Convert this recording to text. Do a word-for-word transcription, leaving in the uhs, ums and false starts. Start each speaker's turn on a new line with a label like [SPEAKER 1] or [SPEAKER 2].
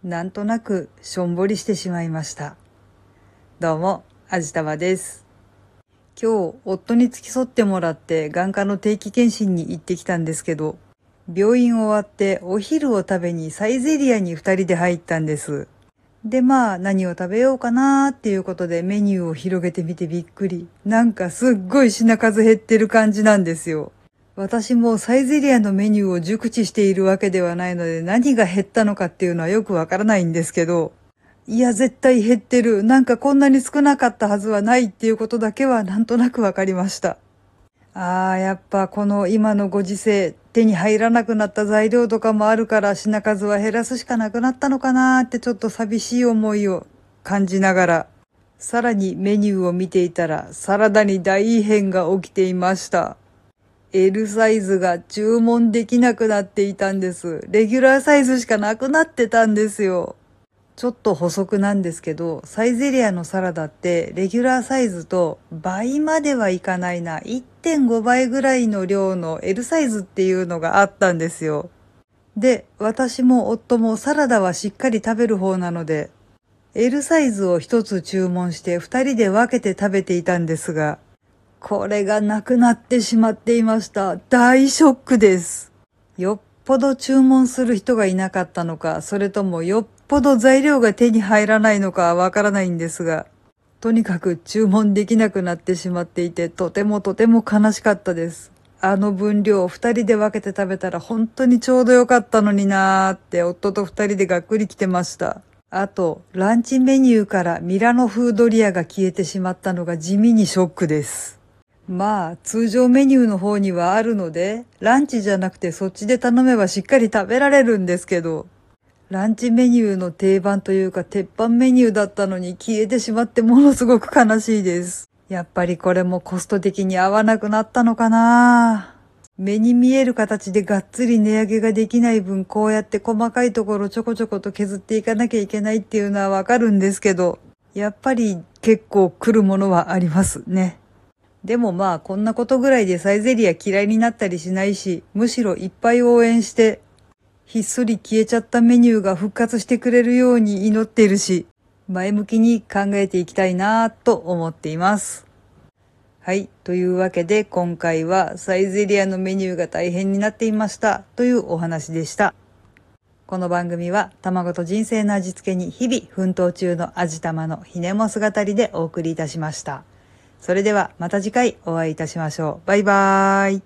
[SPEAKER 1] なんとなくしょんぼりしてしまいました。どうも、あじたまです。今日、夫に付き添ってもらって眼科の定期検診に行ってきたんですけど、病院終わってお昼を食べにサイゼリアに二人で入ったんです。で、まあ、何を食べようかなーっていうことでメニューを広げてみてびっくり。なんかすっごい品数減ってる感じなんですよ。私もサイゼリアのメニューを熟知しているわけではないので何が減ったのかっていうのはよくわからないんですけど、いや絶対減ってる。なんかこんなに少なかったはずはないっていうことだけはなんとなくわかりました。ああ、やっぱこの今のご時世、手に入らなくなった材料とかもあるから品数は減らすしかなくなったのかなーってちょっと寂しい思いを感じながら、さらにメニューを見ていたらサラダに大異変が起きていました。エル サイズが注文できなくなっていたんです。レギュラーサイズしかなくなってたんですよ。ちょっと補足なんですけど、サイゼリアのサラダってレギュラーサイズと倍まではいかないな。いってんごばいぐらいの量の エル サイズっていうのがあったんですよ。で、私も夫もサラダはしっかり食べる方なので、エル サイズを一つ注文して二人で分けて食べていたんですが、これがなくなってしまっていました。大ショックです。よっぽど注文する人がいなかったのか、それともよっぽど材料が手に入らないのかわからないんですが、とにかく注文できなくなってしまっていて、とてもとても悲しかったです。あの分量を二人で分けて食べたら本当にちょうどよかったのになーって夫と二人でがっくり来てました。あと、ランチメニューからミラノ風ドリアが消えてしまったのが地味にショックです。まあ、通常メニューの方にはあるので、ランチじゃなくてそっちで頼めばしっかり食べられるんですけど、ランチメニューの定番というか鉄板メニューだったのに消えてしまってものすごく悲しいです。やっぱりこれもコスト的に合わなくなったのかな。目に見える形でがっつり値上げができない分、こうやって細かいところちょこちょこと削っていかなきゃいけないっていうのはわかるんですけど、やっぱり結構来るものはありますね。でもまあこんなことぐらいでサイゼリア嫌いになったりしないし、むしろいっぱい応援して、ひっそり消えちゃったメニューが復活してくれるように祈っているし、前向きに考えていきたいなぁと思っています。はい。というわけで今回はサイゼリアのメニューが大変になっていましたというお話でした。この番組は卵と人生の味付けに日々奮闘中の味玉のひねも姿りでお送りいたしました。それではまた次回お会いいたしましょう。バイバーイ。